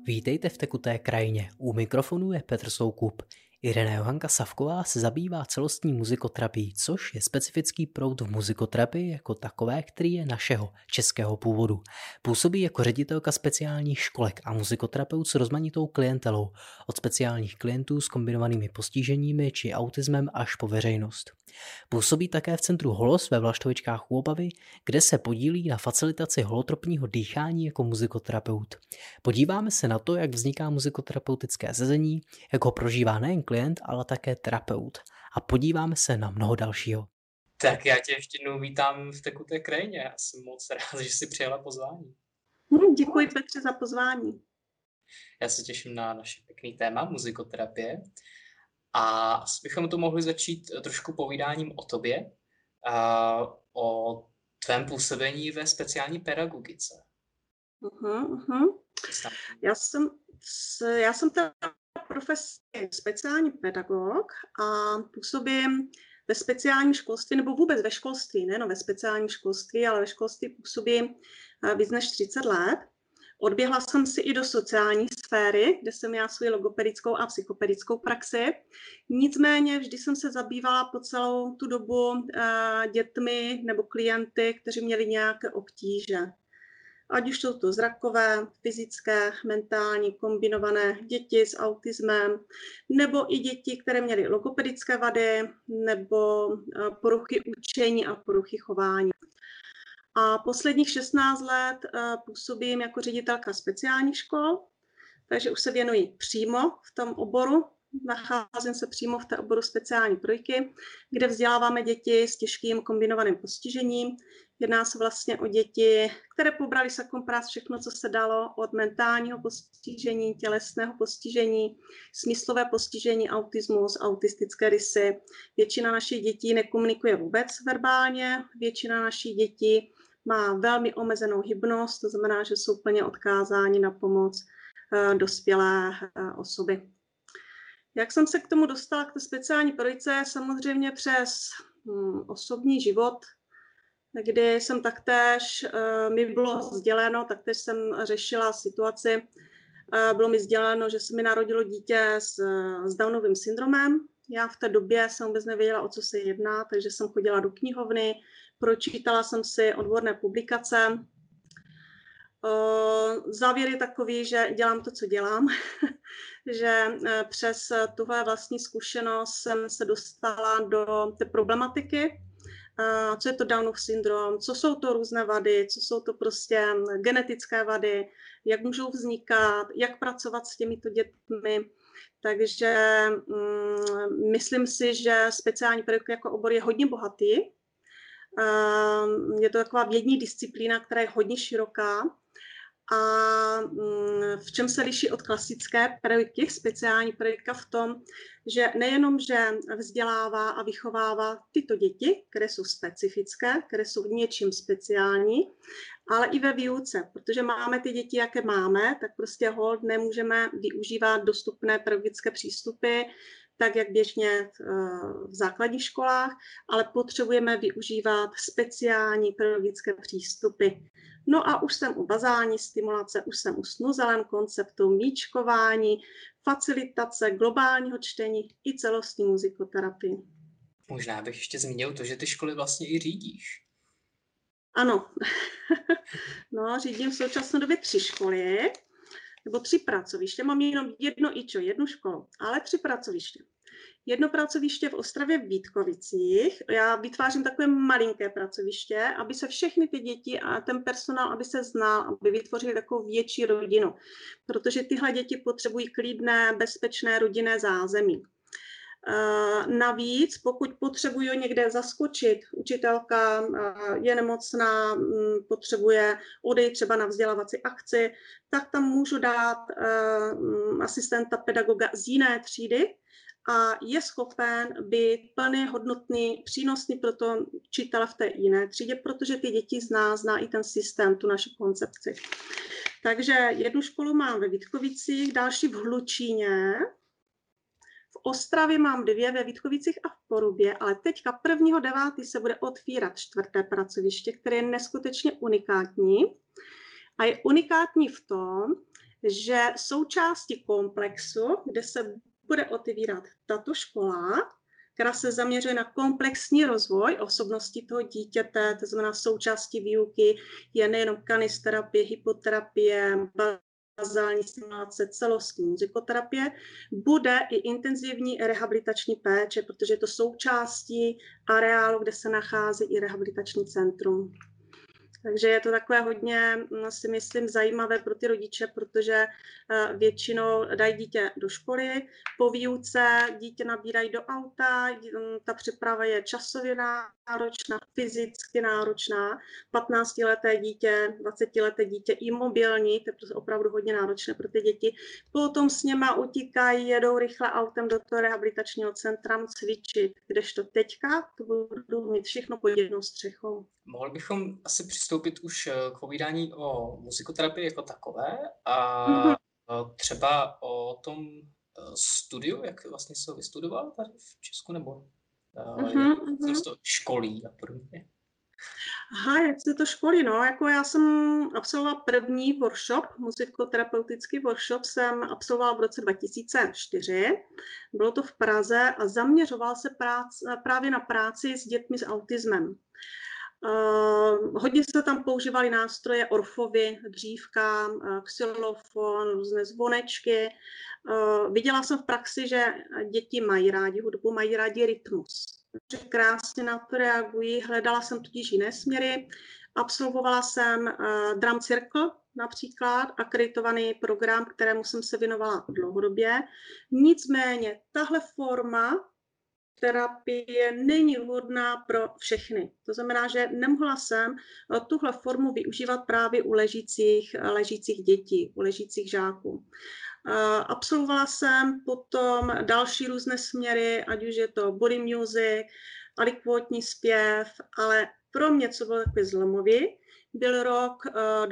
Vítejte v Tekuté krajině. U mikrofonu je Petr Soukup. Irena Johanka Savková se zabývá celostní muzikoterapií, což je specifický proud v muzikoterapii jako takové, který je našeho, českého původu. Působí jako ředitelka speciálních školek a muzikoterapeut s rozmanitou klientelou, od speciálních klientů s kombinovanými postiženími či autismem až po veřejnost. Působí také v centru Holos ve Vlaštovičkách u Opavy, kde se podílí na facilitaci holotropního dýchání jako muzikoterapeut. Podíváme se na to, jak vzniká muzikoterapeutické sezení, jak ho prožívá nejen klient, ale také terapeut. A podíváme se na mnoho dalšího. Tak já tě ještě jednou vítám v Tekuté krajině. Já jsem moc rád, že jsi přijala pozvání. Děkuji, Petře, za pozvání. Já se těším na naše pěkný téma muzikoterapie. A bychom to mohli začít trošku povídáním o tobě, o tvém působení ve speciální pedagogice. Já jsem teda profesí speciální pedagog a působím ve speciálním školství, nebo vůbec ve školství, nejenom ve speciálním školství, ale ve školství působím víc než 30 let. Odběhla jsem si i do sociální sféry, kde jsem měla svou logopedickou a psychopedickou praxi. Nicméně vždy jsem se zabývala po celou tu dobu dětmi nebo klienty, kteří měli nějaké obtíže. Ať už jsou to zrakové, fyzické, mentální, kombinované děti s autismem, nebo i děti, které měly logopedické vady, nebo poruchy učení a poruchy chování. A posledních 16 let působím jako ředitelka speciálních škol, takže už se věnuji přímo v tom oboru. Nacházím se přímo v té oboru speciální projekty, kde vzděláváme děti s těžkým kombinovaným postižením. Jedná se vlastně o děti, které pobrali sakompráz všechno, co se dalo, od mentálního postižení, tělesného postižení, smyslové postižení, autismus, autistické rysy. Většina našich dětí nekomunikuje vůbec verbálně, většina našich dětí má velmi omezenou hybnost, to znamená, že jsou plně odkázáni na pomoc dospělé osoby. Jak jsem se k tomu dostala, k té speciální pedagogice, samozřejmě přes osobní život, kdy jsem taktéž, mi bylo sděleno, taktéž jsem řešila situaci, bylo mi sděleno, že se mi narodilo dítě s Downovým syndromem. Já v té době jsem vůbec nevěděla, o co se jedná, takže jsem chodila do knihovny, pročítala jsem si odborné publikace. Závěr je takový, že dělám to, co dělám, že přes tuhle vlastní zkušenost jsem se dostala do té problematiky, co je to Downův syndrom, co jsou to různé vady, co jsou to prostě genetické vady, jak můžou vznikat, jak pracovat s těmito dětmi. Takže myslím si, že speciální pedagogika jako obor je hodně bohatý. Je to taková vědní disciplína, která je hodně široká. A v čem se liší od klasické pedagogiky, speciální pedagogika v tom, že nejenom, že vzdělává a vychovává tyto děti, které jsou specifické, které jsou něčím speciální, ale i ve výuce, protože máme ty děti, jaké máme, tak prostě hold nemůžeme využívat dostupné pedagogické přístupy, tak jak běžně v základních školách, ale potřebujeme využívat speciální pedagogické přístupy. No a už jsem u bazální stimulace, už jsem u snuzelém konceptu, míčkování, facilitace, globálního čtení i celostní muzikoterapii. Možná bych ještě zmínil to, že ty školy vlastně i řídíš. Ano, no, řídím v současné době 3 školy, nebo 3 pracoviště, mám jenom jednu školu, ale 3 pracoviště. Jedno pracoviště v Ostravě v Vítkovicích. Já vytvářím takové malinké pracoviště, aby se všechny ty děti a ten personál, aby se znal, aby vytvořili takovou větší rodinu. Protože tyhle děti potřebují klidné, bezpečné rodinné zázemí. Navíc, pokud potřebují někde zaskočit, učitelka je nemocná, potřebuje odejít třeba na vzdělávací akci, tak tam můžu dát asistenta pedagoga z jiné třídy, a je schopen být plně hodnotný, přínosný pro to učitele v té jiné třídě, protože ty děti zná i ten systém, tu naši koncepci. Takže jednu školu mám ve Vítkovicích, další v Hlučíně, v Ostravě mám 2 ve Vítkovicích a v Porubě, ale teďka 1.9. se bude otvírat 4. pracoviště, které je neskutečně unikátní. A je unikátní v tom, že součástí komplexu, kde se bude otevírat tato škola, která se zaměřuje na komplexní rozvoj osobnosti toho dítěte, to znamená součástí výuky je nejenom kanisterapie, hypoterapie, bazální stimulace, celostní muzikoterapie, bude i intenzivní rehabilitační péče, protože je to součástí areálu, kde se nachází i rehabilitační centrum. Takže je to takové hodně, si myslím, zajímavé pro ty rodiče, protože většinou dají dítě do školy, po výuce dítě nabírají do auta, ta přeprava je časově náročná, fyzicky náročná, 15leté dítě, 20leté dítě imobilní, to je prostě opravdu hodně náročné pro ty děti. Potom s něma utíkají, jedou rychle autem do toho rehabilitačního centra cvičit, kdežto teďka to budou mít všechno pod jednou střechou. Mohli bychom asi přistoupit už k povídání o muzikoterapii jako takové a třeba o tom studiu, jak vlastně se ho vystudoval tady v Česku, nebo jak se to školí a podobně. Aha, jak se to školí, no, jako já jsem absolvovala první workshop, muzikoterapeutický workshop jsem absolvovala v roce 2004, bylo to v Praze a zaměřoval se právě na práci s dětmi s autismem. Hodně se tam používaly nástroje orfovy, dřívka, xylofon, různé zvonečky. Viděla jsem v praxi, že děti mají rádi hudbu, mají rádi rytmus. Takže krásně na to reagují. Hledala jsem tudíž jiné směry. Absolvovala jsem Drum Circle například, akreditovaný program, kterému jsem se věnovala dlouhodobě. Nicméně tahle forma terapie není vhodná pro všechny. To znamená, že nemohla jsem tuhle formu využívat právě u ležících dětí, u ležících žáků. Absolvovala jsem potom další různé směry, ať už je to body music, alikvotní zpěv, ale pro mě, co bylo takový zlomový, byl rok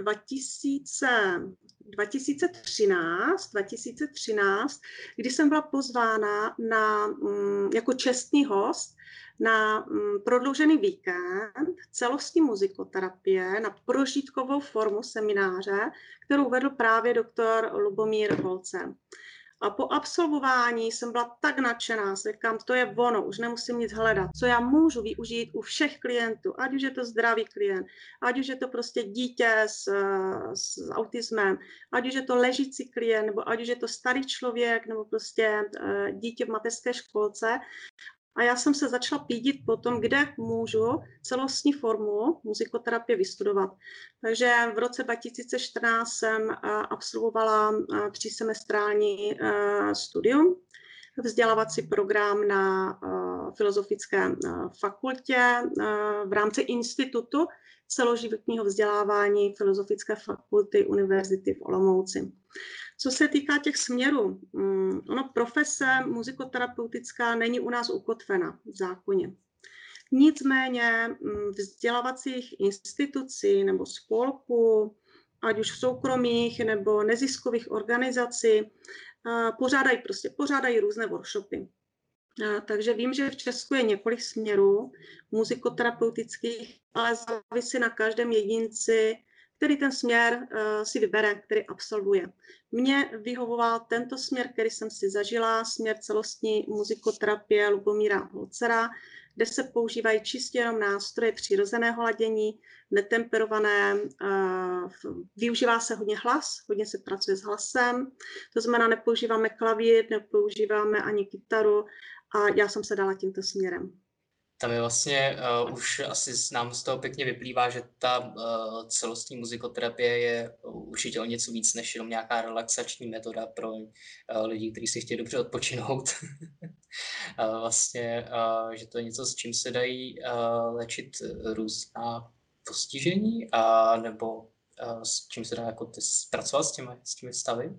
2013, kdy jsem byla pozvána jako čestný host na prodloužený víkend celostní muzikoterapie na prožitkovou formu semináře, kterou vedl právě doktor Lubomír Holce. A po absolvování jsem byla tak nadšená, říkám, to je ono, už nemusím nic hledat, co já můžu využít u všech klientů, ať už je to zdravý klient, ať už je to prostě dítě s autismem, ať už je to ležící klient, nebo ať už je to starý člověk, nebo prostě dítě v mateřské školce. A já jsem se začala pídit po tom, kde můžu celostní formu muzikoterapie vystudovat. Takže v roce 2014 jsem absolvovala 3semestrální studium, vzdělávací program na Filozofické fakultě v rámci institutu celoživotního vzdělávání Filozofické fakulty Univerzity v Olomouci. Co se týká těch směrů, profese muzikoterapeutická není u nás ukotvena v zákoně. Nicméně vzdělávacích institucí nebo spolků, ať už soukromých nebo neziskových organizací, pořádají různé workshopy. Takže vím, že v Česku je několik směrů muzikoterapeutických, ale závisí na každém jedinci, který ten směr si vybere, který absolvuje. Mně vyhovoval tento směr, který jsem si zažila, směr celostní muzikoterapie Lubomíra Holcera, kde se používají čistě jenom nástroje přirozeného ladění, netemperované, využívá se hodně hlas, hodně se pracuje s hlasem, to znamená, nepoužíváme klavír, nepoužíváme ani kytaru a já jsem se dala tímto směrem. Tam je vlastně, už asi nám z toho pěkně vyplývá, že ta celostní muzikoterapie je určitě o něco víc než jenom nějaká relaxační metoda pro lidi, kteří si chtějí dobře odpočinout. Vlastně, že to je něco, s čím se dají léčit různá postižení, nebo s čím se dá jako pracovat s těmi stavy.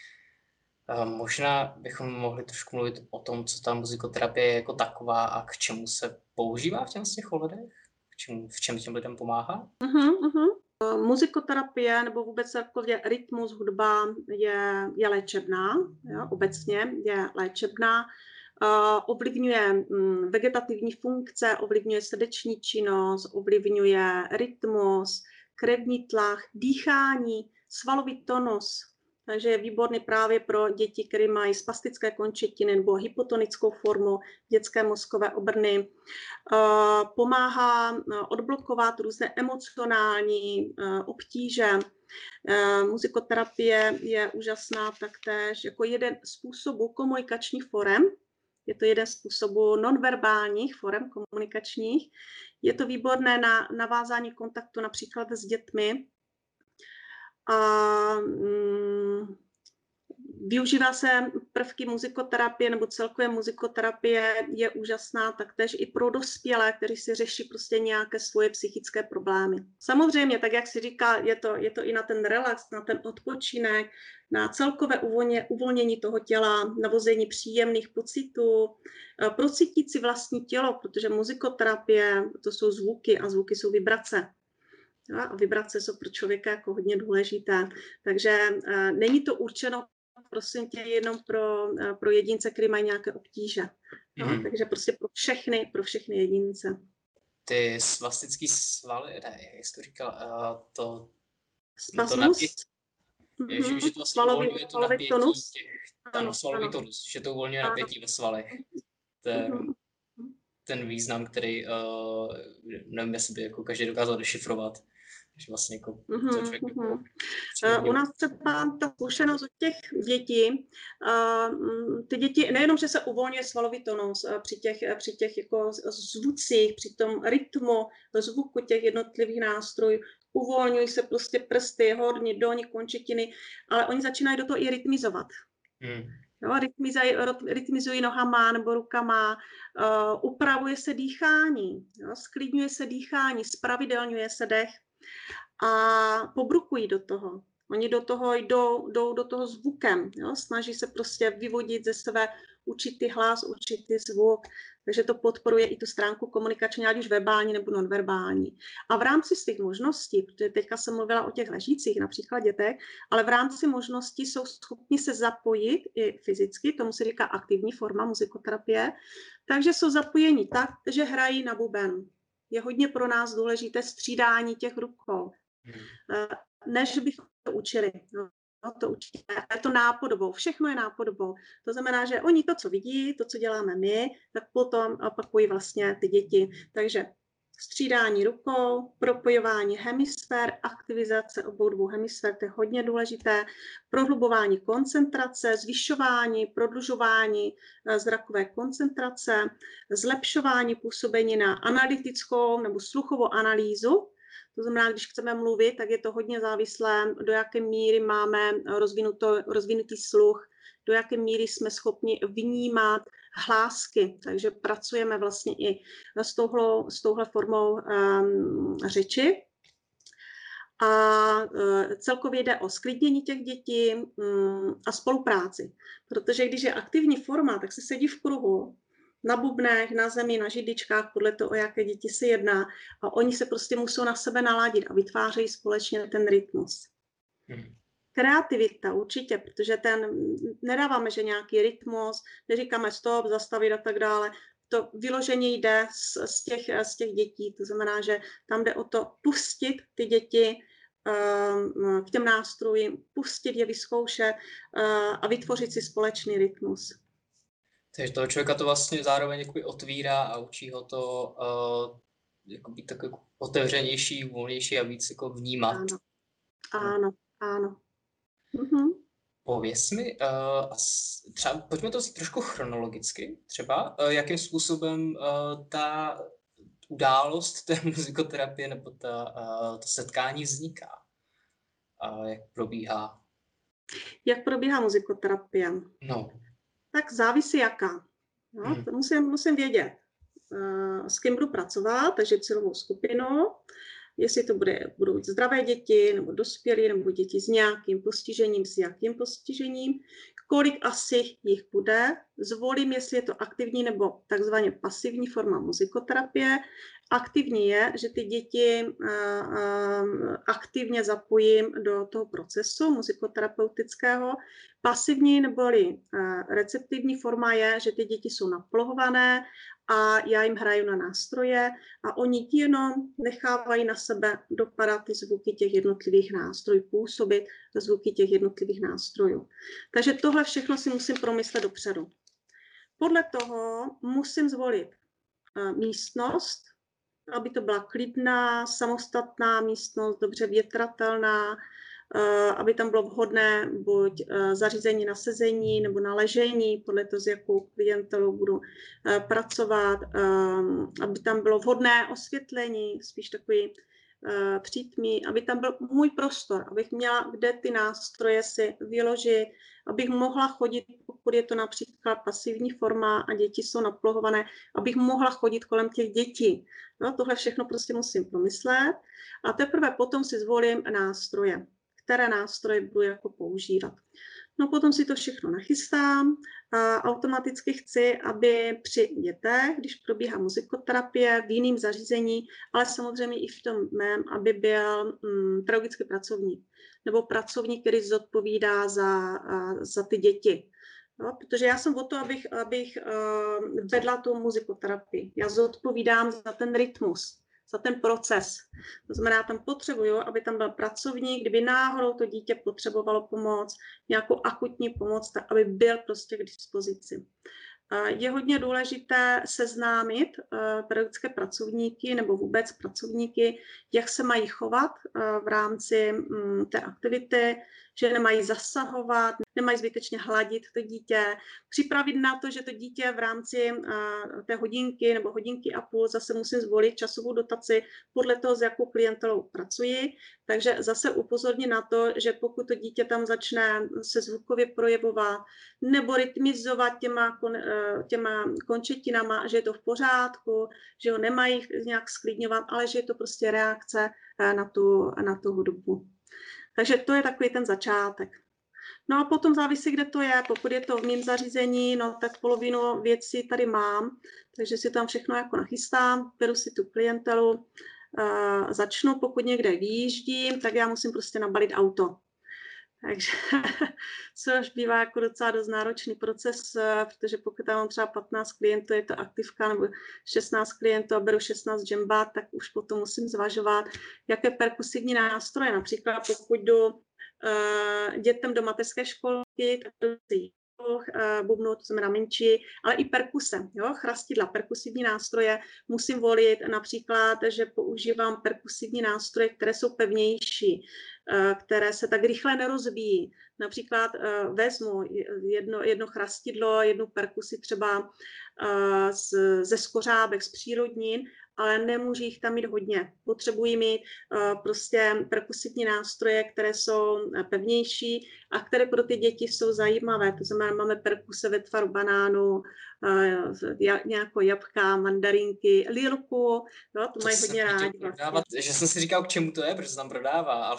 Možná bychom mohli trošku mluvit o tom, co ta muzikoterapie je jako taková a k čemu se používá v těch ohledech? V čem těm lidem pomáhá? Muzikoterapie nebo vůbec celkově rytmus, hudba je léčebná, jo, obecně je léčebná. Ovlivňuje vegetativní funkce, ovlivňuje srdeční činnost, ovlivňuje rytmus, krevní tlak, dýchání, svalový tonus. takže je výborný právě pro děti, které mají spastické končetiny nebo hypotonickou formu dětské mozkové obrny. Pomáhá odblokovat různé emocionální obtíže. Muzikoterapie je úžasná taktéž jako jeden z způsobů komunikačních forem. Je to jeden z způsobů nonverbálních forem komunikačních. Je to výborné na navázání kontaktu například s dětmi. A využívá se prvky muzikoterapie nebo celkově muzikoterapie je úžasná taktéž i pro dospělé, kteří si řeší prostě nějaké svoje psychické problémy. Samozřejmě, tak jak si říká, je to i na ten relax, na ten odpočinek, na celkové uvolnění toho těla, navození příjemných pocitů, procítit si vlastní tělo, protože muzikoterapie to jsou zvuky a zvuky jsou vibrace. A vibrace jsou pro člověka jako hodně důležité. Takže není to určeno, prosím tě, jenom pro jedince, kteří mají nějaké obtíže. Takže prostě pro všechny jedince. Ty svastický svaly, ne, jak jsi to říkal, to Spasmus? Že to vlastně uvolňuje to napětí tonus? svalový tonus, že to uvolňuje napětí ve svalech. Ten význam, který nevím, jestli by jako každý dokázal dešifrovat. Takže vlastně jako U nás třeba ta zkušenost od těch dětí, ty děti, nejenom, že se uvolňuje svalový tonus při těch jako zvucích, při tom rytmu, zvuku těch jednotlivých nástrojů, uvolňují se prostě prsty, horní, dolní končetiny, ale oni začínají do toho i rytmizovat. Jo, rytmizují nohama nebo rukama, upravuje se dýchání, jo, sklidňuje se dýchání, spravidelňuje se dech a pobrukují do toho. Oni do toho jdou do toho zvukem, jo, snaží se prostě vyvodit ze sebe určitý hlas, určitý zvuk, takže to podporuje i tu stránku komunikační, ať už verbální nebo nonverbální. A v rámci svých možností, protože teďka jsem mluvila o těch ležících, například dětech, ale v rámci možností jsou schopni se zapojit i fyzicky, tomu se říká aktivní forma muzikoterapie, takže jsou zapojeni tak, že hrají na buben. Je hodně pro nás důležité střídání těch rukou, než bychom to učili. To určitě. Je to nápodobou, všechno je nápodobou. To znamená, že oni to, co vidí, to, co děláme my, tak potom opakují vlastně ty děti. Takže střídání rukou, propojování hemisfér, aktivizace obou dvou hemisfér, to je hodně důležité, prohlubování koncentrace, zvyšování, prodlužování zrakové koncentrace, zlepšování působení na analytickou nebo sluchovou analýzu. To znamená, když chceme mluvit, tak je to hodně závislé, do jaké míry máme rozvinutý sluch, do jaké míry jsme schopni vnímat hlásky. Takže pracujeme vlastně i s touhle formou řeči. A celkově jde o sklidnění těch dětí a spolupráci. Protože když je aktivní forma, tak se sedí v kruhu, na bubnech, na zemi, na židličkách, podle toho, o jaké děti se jedná. A oni se prostě musí na sebe naladit a vytvářejí společně ten rytmus. Kreativita určitě, protože nedáváme, že nějaký rytmus, neříkáme stop, zastavit a tak dále. To vyloženě jde z těch dětí. To znamená, že tam jde o to pustit ty děti k těm nástrojům, pustit je, vyzkoušet a vytvořit si společný rytmus. Takže toho člověka to vlastně zároveň jakoby otvírá a učí ho to jako být takový otevřenější, volnější a víc jako vnímat. Ano. Pověz mi, třeba pojďme to trošku chronologicky, třeba jakým způsobem ta událost té muzikoterapie nebo to setkání vzniká, jak probíhá. Jak probíhá muzikoterapie? No. Tak závisí jaká. No, to musím vědět, s kým budu pracovat, takže cílovou skupinu, jestli to budou zdravé děti, nebo dospělí, nebo děti s nějakým postižením, s jakým postižením, kolik asi jich bude, zvolím, jestli je to aktivní nebo takzvaně pasivní forma muzikoterapie. Aktivní je, že ty děti aktivně zapojím do toho procesu muzikoterapeutického. Pasivní neboli receptivní forma je, že ty děti jsou naplohované a já jim hraju na nástroje a oni jenom nechávají na sebe dopadat ty zvuky těch jednotlivých nástrojů, působit zvuky těch jednotlivých nástrojů. Takže tohle všechno si musím promyslet dopředu. Podle toho musím zvolit místnost, aby to byla klidná, samostatná místnost, dobře větratelná, aby tam bylo vhodné buď zařízení na sezení nebo na ležení, podle toho, s jakou klientelou budu pracovat, aby tam bylo vhodné osvětlení, spíš takový přítmí, aby tam byl můj prostor, abych měla kde ty nástroje si vyložit, abych mohla chodit, pokud je to například pasivní forma a děti jsou naplohované, abych mohla chodit kolem těch dětí. No, tohle všechno prostě musím promyslet a teprve potom si zvolím nástroje, které nástroje budu jako používat. No potom si to všechno nachystám a automaticky chci, aby při dětech, když probíhá muzikoterapie v jiném zařízení, ale samozřejmě i v tom mém, aby byl pedagogický pracovník nebo pracovník, který zodpovídá za ty děti. No, protože já jsem o to, abych vedla tu muzikoterapii. Já zodpovídám za ten rytmus, za ten proces. To znamená, tam potřebuju, aby tam byl pracovník, kdyby náhodou to dítě potřebovalo pomoc, nějakou akutní pomoc, tak aby byl prostě k dispozici. Je hodně důležité seznámit pedagogické pracovníky nebo vůbec pracovníky, jak se mají chovat v rámci té aktivity, že nemají zasahovat, nemají zbytečně hladit to dítě, připravit na to, že to dítě v rámci té hodinky nebo hodinky a půl zase musím zvolit časovou dotaci podle toho, s jakou klientelou pracuji. Takže zase upozornit na to, že pokud to dítě tam začne se zvukově projevovat nebo rytmizovat těma končetinama, že je to v pořádku, že ho nemají nějak sklidňovat, ale že je to prostě reakce na tu hudbu. Takže to je takový ten začátek. No a potom závisí, kde to je. Pokud je to v mém zařízení, no tak polovinu věcí tady mám, takže si tam všechno jako nachystám, beru si tu klientelu, začnu, pokud někde vyjíždím, tak já musím prostě nabalit auto. Takže což bývá jako docela dost náročný proces, protože pokud tam mám třeba 15 klientů, je to aktivka, nebo 16 klientů a beru 16 džembat, tak už potom musím zvažovat, jaké perkusivní nástroje. Například pokud jdu dětem do mateřské školky, tak bubnu, to znamená menší, ale i perkuse, jo? Chrastidla, perkusivní nástroje. Musím volit například, že používám perkusivní nástroje, které jsou pevnější, které se tak rychle nerozvíjí. Například vezmu jedno chrastidlo, jednu perkusi třeba ze skořábek, z přírodnin, ale nemůžu jich tam mít hodně. Potřebuji mít prostě perkusivní nástroje, které jsou pevnější a které pro ty děti jsou zajímavé. To znamená, máme perkuse ve tvaru banánu, nějakou jabka, mandarinky, lilku, no, to mají hodně rádi. Vlastně. Že jsem si říkal, k čemu to je, protože se tam prodává, ale...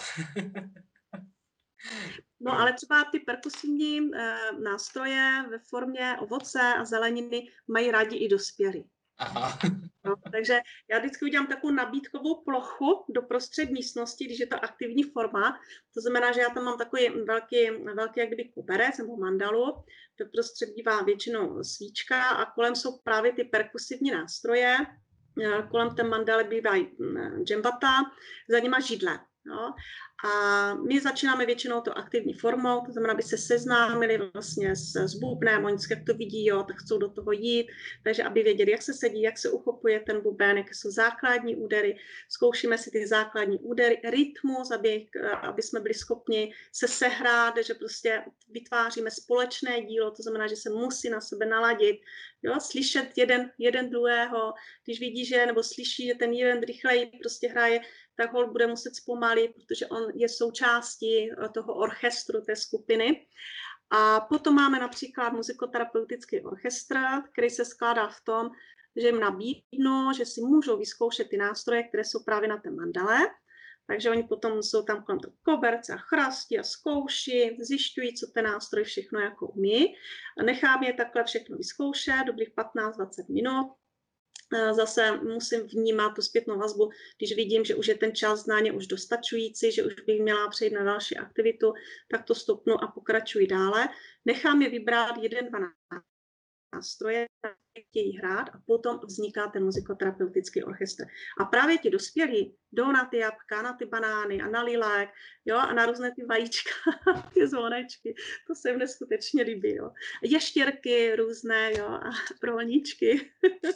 No ale třeba ty perkusivní nástroje ve formě ovoce a zeleniny mají rádi i dospělí. Aha. No, takže já vždycky udělám takovou nabídkovou plochu do prostřed místnosti, když je to aktivní forma. To znamená, že já tam mám takový velký jak kdyby koberec nebo mandalu. Do prostřed bývá většinou svíčka a kolem jsou právě ty perkusivní nástroje. Kolem té mandaly bývají džembata, za nima židle. No. A my začínáme většinou to aktivní formou, to znamená, aby se seznámili vlastně s bubnem, oni jak to vidí, jo, tak chcou do toho jít, takže aby věděli, jak se sedí, jak se uchopuje ten buben, jaké jsou základní údery, zkoušíme si ty základní údery, rytmus, aby jsme byli schopni se sehrát, že prostě vytváříme společné dílo, to znamená, že se musí na sebe naladit, jo, slyšet jeden druhého, když vidí, že nebo slyší, že ten jeden rychleji prostě hraje, tak holt bude muset zpomalit, protože on je součástí toho orchestru, té skupiny. A potom máme například muzikoterapeutický orchestr, který se skládá v tom, že jim nabídnu, že si můžou vyzkoušet ty nástroje, které jsou právě na té mandale. Takže oni potom jsou tam kolem toho koberce a chrastí a zkouší, zjišťují, co ten nástroj všechno jako umí. Nechám je takhle všechno vyzkoušet, dobrých 15-20 minut. Zase musím vnímat tu zpětnou vazbu, když vidím, že už je ten čas na ně už dostačující, že už bych měla přejít na další aktivitu, tak to stopnu a pokračuji dále. Nechám je vybrat 1-2 nástroje, chtějí hrát a potom vzniká ten muzikoterapeutický orchestr. A právě ti dospělí jdou na ty jabka, na ty banány a na lilek, jo, a na různé ty vajíčka, ty zvonečky, to se mne skutečně líbí, jo. Ještěrky různé, jo, a rolničky.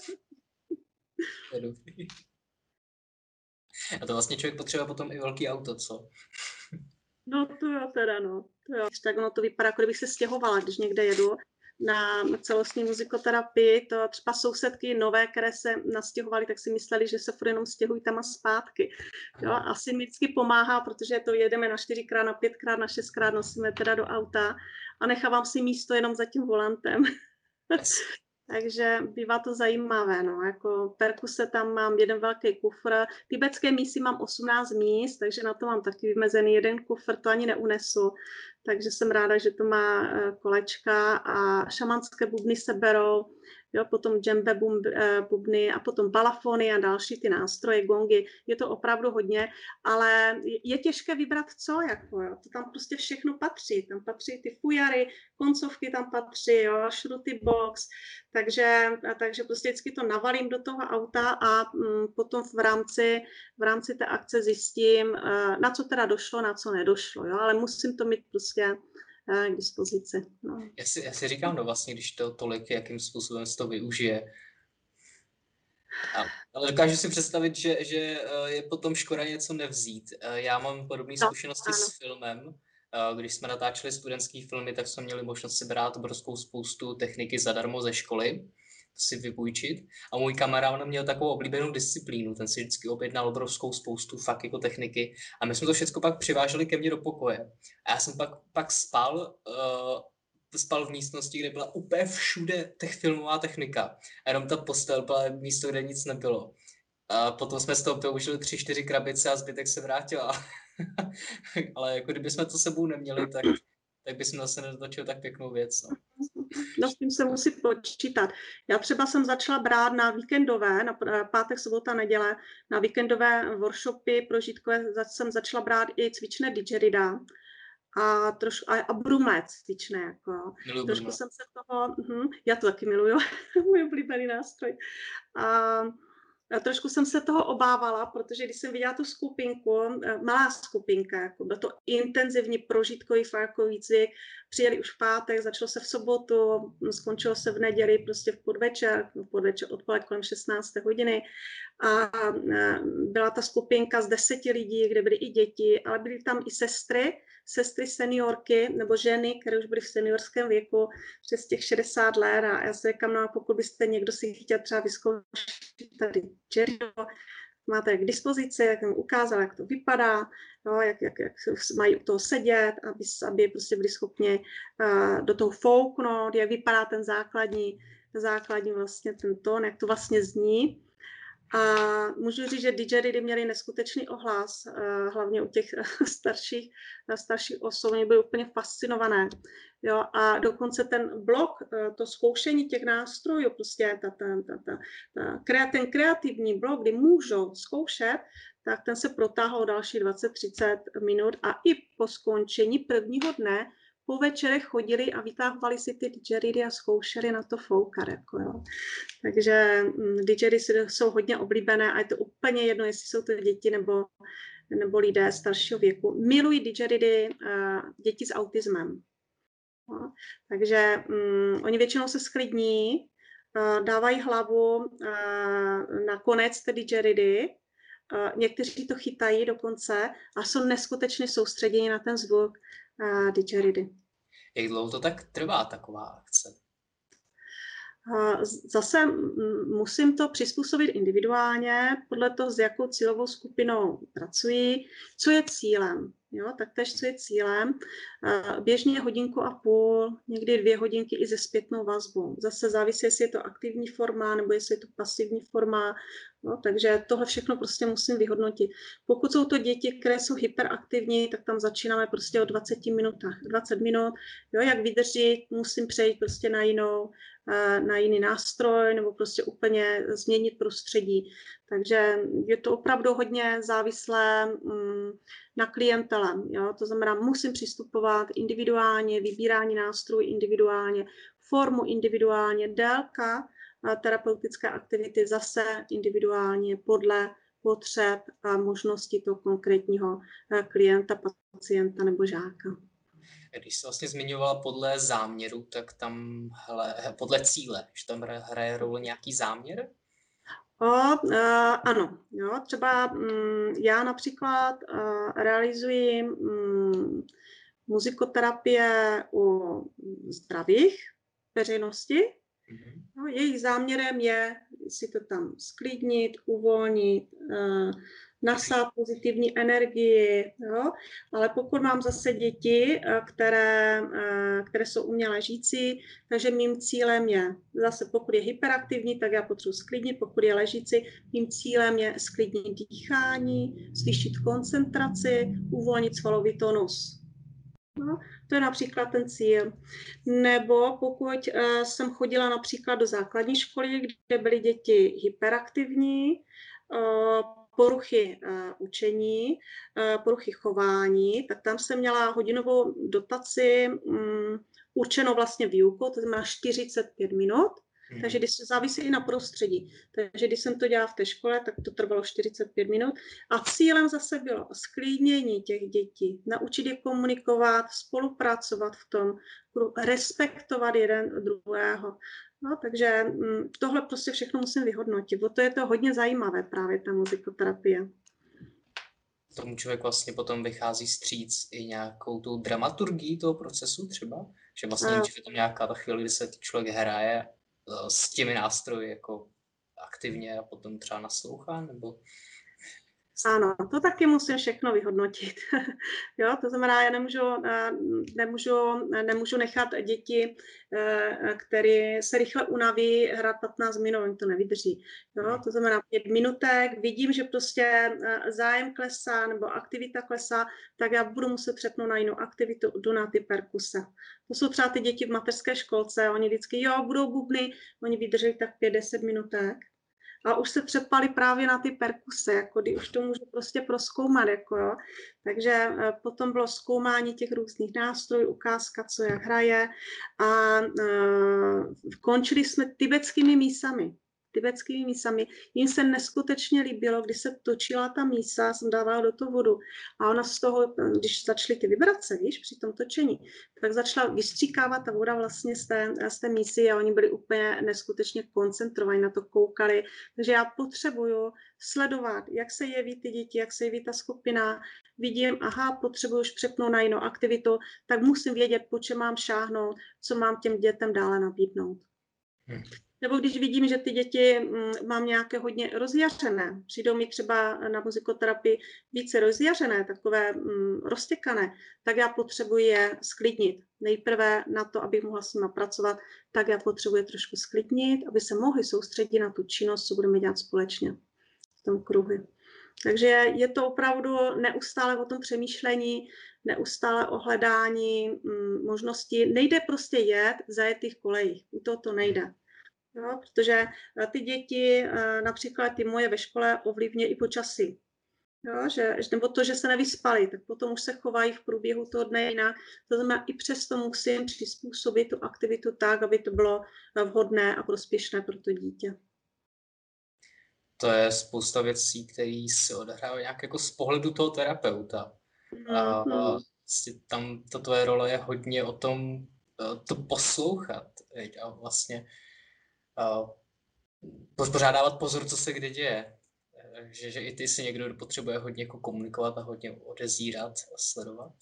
To je dobrý. A to vlastně člověk potřebuje potom i velký auto, co? No to jo teda, no. To jo. Tak ono to vypadá, jako kdybych se stěhovala, když někde jedu na celostní muzikoterapii, to třeba sousedky nové, které se nastěhovaly, tak si mysleli, že se furt jenom stěhují tam a zpátky. Jo, asi mi vždycky pomáhá, protože to jedeme na 4x, na 5x, na 6x, nosíme teda do auta a nechávám si místo jenom za tím volantem. Takže bývá to zajímavé, no, jako perkuse tam mám jeden velký kufr, tibetské mísy mám 18 míst, takže na to mám taky vymezený jeden kufr, to ani neunesu, takže jsem ráda, že to má kolečka a šamanské bubny se berou, jo, potom džembe bubny a potom balafony a další ty nástroje, gongy, je to opravdu hodně, ale je těžké vybrat co, jako, jo, to tam prostě všechno patří, tam patří ty fujary, koncovky tam patří, jo, šruty box, takže prostě vždycky to navalím do toho auta a potom v rámci té akce zjistím, na co teda došlo, na co nedošlo, jo, ale musím to mít prostě k dispozici. No. Já si říkám, no vlastně, když to tolik, jakým způsobem se to využije. Ale dokážu si představit, že je potom škoda něco nevzít. Já mám podobné zkušenosti s filmem. Když jsme natáčeli studentské filmy, tak jsme měli možnost si brát obrovskou spoustu techniky zadarmo ze školy, si vypůjčit. A můj kamarád měl takovou oblíbenou disciplínu, ten si vždycky objednal obrovskou spoustu fakt jako techniky a my jsme to všechno pak přiváželi ke mně do pokoje. A já jsem pak spal v místnosti, kde byla úplně všude filmová technika. A jenom ta postel byla místo, kde nic nebylo. A potom jsme z toho použili 3-4 krabice a zbytek se vrátila. Ale jako kdybychom to sebou neměli, tak bychom zase nedotočili tak pěknou věc. No s tím se musí počítat. Já třeba jsem začala brát na víkendové, na pátek, sobota, neděle, na víkendové workshopy prožitkové jsem začala brát i cvičné didgerida a brumle cvičné. Jako. Trošku jsem se toho, já to taky miluju, můj oblíbený nástroj. A trošku jsem se toho obávala, protože když jsem viděla tu skupinku, malá skupinka, jako byl to intenzivní prožitkový folkový výcvik, přijeli už v pátek, začalo se v sobotu, skončilo se v neděli, prostě v podvečer odpoledne kolem 16. hodiny a byla ta skupinka z 10 lidí, kde byly i děti, ale byly tam i sestry seniorky nebo ženy, které už byly v seniorském věku přes těch 60 let a já si říkám, no a pokud byste někdo si chtěl třeba vyzkoušet tady didgeridoo, máte k dispozici, jak jsem ukázala, jak to vypadá, no, jak mají u toho sedět, aby prostě byli schopni do toho fouknout, jak vypadá ten základní vlastně ten tón, jak to vlastně zní. A můžu říct, že didgeridy měli neskutečný ohlas, hlavně u těch starších osob, oni byly úplně fascinované. Jo, a dokonce ten blok, to zkoušení těch nástrojů, prostě ten kreativní blok, kdy můžou zkoušet, tak ten se protáhl další 20-30 minut a i po skončení prvního dne po večerech chodili a vytáhovali si ty didgeridy a zkoušeli na to foukat. Jako, jo. Takže didgeridy jsou hodně oblíbené a je to úplně jedno, jestli jsou to děti nebo lidé staršího věku. Milují didgeridy děti s autismem. No, takže oni většinou se sklidní, dávají hlavu na konec té didgeridy, někteří to chytají dokonce a jsou neskutečně soustředěni na ten zvuk didgeridy. Jak dlouho to tak trvá, taková akce? Zase musím to přizpůsobit individuálně, podle toho, s jakou cílovou skupinou pracuji, co je cílem. Jo, taktéž, co je cílem. Běžně 1,5 hodiny, někdy 2 hodinky i se zpětnou vazbou. Zase závisí, jestli je to aktivní forma, nebo jestli je to pasivní forma. No, takže tohle všechno prostě musím vyhodnotit. Pokud jsou to děti, které jsou hyperaktivní, tak tam začínáme prostě o 20 minutách. 20 minut, jo, jak vydrží, musím přejít prostě na jiný nástroj nebo prostě úplně změnit prostředí. Takže je to opravdu hodně závislé na klientele. Jo? To znamená, musím přistupovat individuálně, vybírání nástrojů individuálně, formu individuálně, délka terapeutické aktivity zase individuálně podle potřeb a možností toho konkrétního klienta, pacienta nebo žáka. Když jsi vlastně zmiňovala podle záměru, tak tam podle cíle, že tam hraje roli nějaký záměr? Ano, jo, třeba já například realizuji muzikoterapie u zdravých veřejnosti. No, jejich záměrem je si to tam sklidnit, uvolnit, nasát pozitivní energii, jo? Ale pokud mám zase děti, které jsou u mě ležící, takže mým cílem je, zase pokud je hyperaktivní, tak já potřebuji sklidnit, pokud je ležící, mým cílem je sklidnit dýchání, zvýšit koncentraci, uvolnit svalový tonus. No, to je například ten cíl. Nebo pokud jsem chodila například do základní školy, kde byly děti hyperaktivní, poruchy učení, poruchy chování, tak tam jsem měla hodinovou dotaci určenou vlastně výukou, to znamená 45 minut. Takže když se závisí i na prostředí. Takže když jsem to dělala v té škole, tak to trvalo 45 minut. A cílem zase bylo sklidnění těch dětí, naučit je komunikovat, spolupracovat v tom, respektovat jeden druhého. No, takže tohle prostě všechno musím vyhodnotit, protože to je to hodně zajímavé právě ta muzikoterapie. Tomu člověk vlastně potom vychází vstříc i nějakou tou dramaturgií toho procesu třeba? Že vlastně je tam nějaká ta chvíli, kdy se člověk hraje s těmi nástroji jako aktivně a potom třeba naslouchá, nebo... Ano, to taky musím všechno vyhodnotit. Jo, to znamená, já nemůžu nechat děti, které se rychle unaví, hrát 15 minut, oni to nevydrží. Jo, to znamená 5 minutek, vidím, že prostě zájem klesá nebo aktivita klesá, tak já budu muset přepnout na jinou aktivitu, jdu na ty perkuse. To jsou třeba ty děti v mateřské školce, oni vždycky, budou bubny, oni vydrží tak 5-10 minutek. A už se třepali právě na ty perkuse, jako kdy už to můžu prostě prozkoumat, jako jo. Takže potom bylo zkoumání těch různých nástrojů, ukázka, co jak hraje a končili jsme tibetskými mísami. Jim se neskutečně líbilo, když se točila ta mísa, jsem dávala do toho vodu a ona z toho, když začaly ty vibrace, víš, při tom točení, tak začala vystříkávat ta voda vlastně z té mísy a oni byli úplně neskutečně koncentrovaní, na to koukali. Takže já potřebuju sledovat, jak se jeví ty děti, jak se jeví ta skupina, vidím, potřebuju už přepnout na jinou aktivitu, tak musím vědět, po čem mám šáhnout, co mám těm dětem dále nabídnout. Nebo když vidím, že ty děti mám nějaké hodně rozjařené, přijdou mi třeba na muzikoterapii více rozjařené, takové roztěkané, tak já potřebuji je sklidnit. Nejprve na to, abych mohla s nimi pracovat, tak já potřebuji trošku sklidnit, aby se mohli soustředit na tu činnost, co budeme dělat společně v tom kruhu. Takže je to opravdu neustále o tom přemýšlení, neustále o hledání možností. Nejde prostě jet v zajetých kolejích, u toho to nejde. Jo, protože ty děti, například ty moje ve škole, ovlivňuje i počasí. Jo, nebo to, že se nevyspali, tak potom už se chovají v průběhu toho dne jinak. To znamená, i přesto musím přizpůsobit tu aktivitu tak, aby to bylo vhodné a prospěšné pro to dítě. To je spousta věcí, které se odehrávají nějak jako z pohledu toho terapeuta. A tam to tvoje role je hodně o tom to poslouchat a vlastně pořádávat pozor, co se kde děje. Že i ty si někdo potřebuje hodně jako komunikovat a hodně odezírat a sledovat.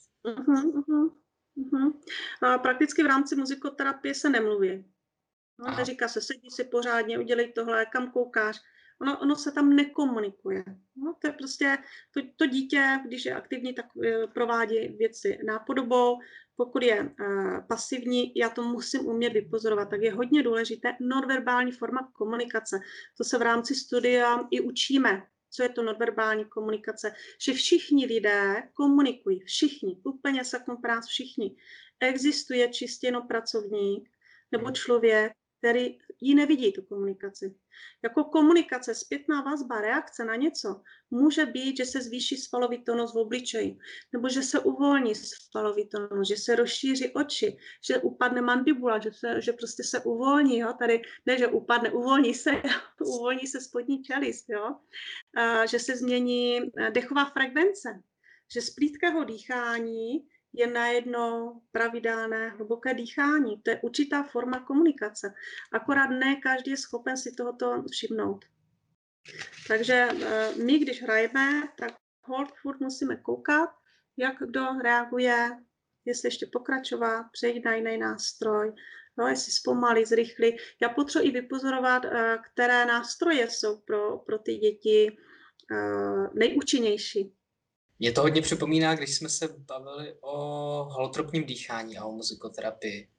A prakticky v rámci muzikoterapie se nemluví. No, neříká se, sedí si pořádně, udělej tohle, kam koukáš. Ono se tam nekomunikuje. No, to je prostě to dítě, když je aktivní, tak provádí věci nápodobou. Pokud je pasivní, já to musím umět vypozorovat, tak je hodně důležité nonverbální forma komunikace. To se v rámci studia i učíme. Co je to nonverbální komunikace? Že všichni lidé komunikují, všichni, úplně sakomprás všichni. Existuje čistě jenom pracovník nebo člověk, který ji nevidí, tu komunikaci. Jako komunikace, zpětná vazba, reakce na něco může být, že se zvýší svalovitonost v obličeji, nebo že se uvolní svalovitonost, že se rozšíří oči, že upadne mandibula, že prostě se uvolní, jo? Tady ne, že upadne, uvolní se spodní čelist, jo? Že se změní dechová frekvence, že z plítkého dýchání je najednou pravidelné hluboké dýchání. To je určitá forma komunikace. Akorát ne každý je schopen si tohoto všimnout. Takže my, když hrajeme, tak furt musíme koukat, jak kdo reaguje, jestli ještě pokračovat, přejít na jiný nástroj, no, jestli zpomalit, zrychlit. Já potřebuji i vypozorovat, které nástroje jsou pro ty děti nejúčinnější. Mě to hodně připomíná, když jsme se bavili o holotropním dýchání a o muzikoterapii.